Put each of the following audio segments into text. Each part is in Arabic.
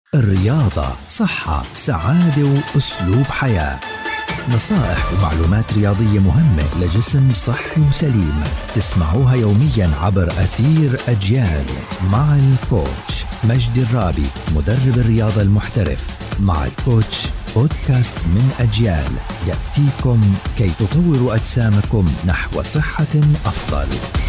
الرياضة، صحة، سعادة وأسلوب حياة. نصائح ومعلومات رياضية مهمة لجسم صحي وسليم، تسمعوها يوميا عبر أثير أجيال مع الكوتش مجدي الرابي، مدرب الرياضة المحترف. مع الكوتش بودكاست من أجيال يأتيكم كي تطوروا أجسامكم نحو صحة أفضل.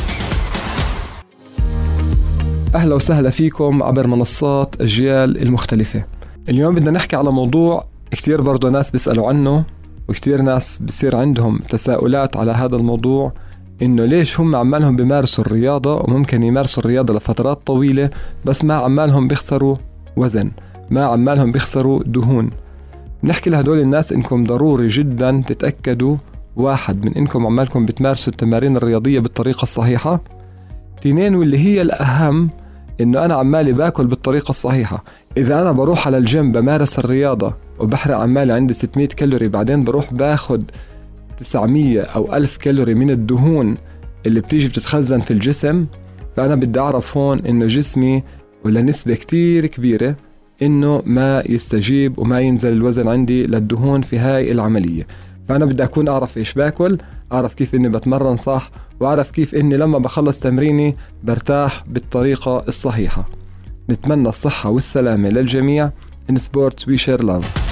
أهلا وسهلا فيكم عبر منصات أجيال المختلفة. اليوم بدنا نحكي على موضوع كتير برضو ناس بيسألوا عنه، وكتير ناس بصير عندهم تساؤلات على هذا الموضوع، إنه ليش هم عمالهم بيمارسوا الرياضة وممكن يمارسوا الرياضة لفترات طويلة بس ما عمالهم بيخسروا وزن، ما عمالهم بيخسروا دهون. نحكي لهدول الناس إنكم ضروري جدا تتأكدوا، واحد، من إنكم عمالكم بتمارسوا التمارين الرياضية بالطريقة الصحيحة. اثنين، واللي هي الأهم، إنه أنا عمالي باكل بالطريقة الصحيحة. إذا أنا بروح على الجيم بمارس الرياضة وبحرق عمالي عندي 600 كالوري، بعدين بروح باخد 900 أو 1000 كالوري من الدهون اللي بتيجي بتتخزن في الجسم، فأنا بدي أعرف هون إنه جسمي ولا نسبة كتير كبيرة إنه ما يستجيب وما ينزل الوزن عندي للدهون في هاي العملية. فأنا بدي أكون أعرف إيش باكل، أعرف كيف إني بتمرن صح، وأعرف كيف إني لما بخلص تمريني برتاح بالطريقة الصحيحة. نتمنى الصحة والسلامة للجميع. In sports we share love.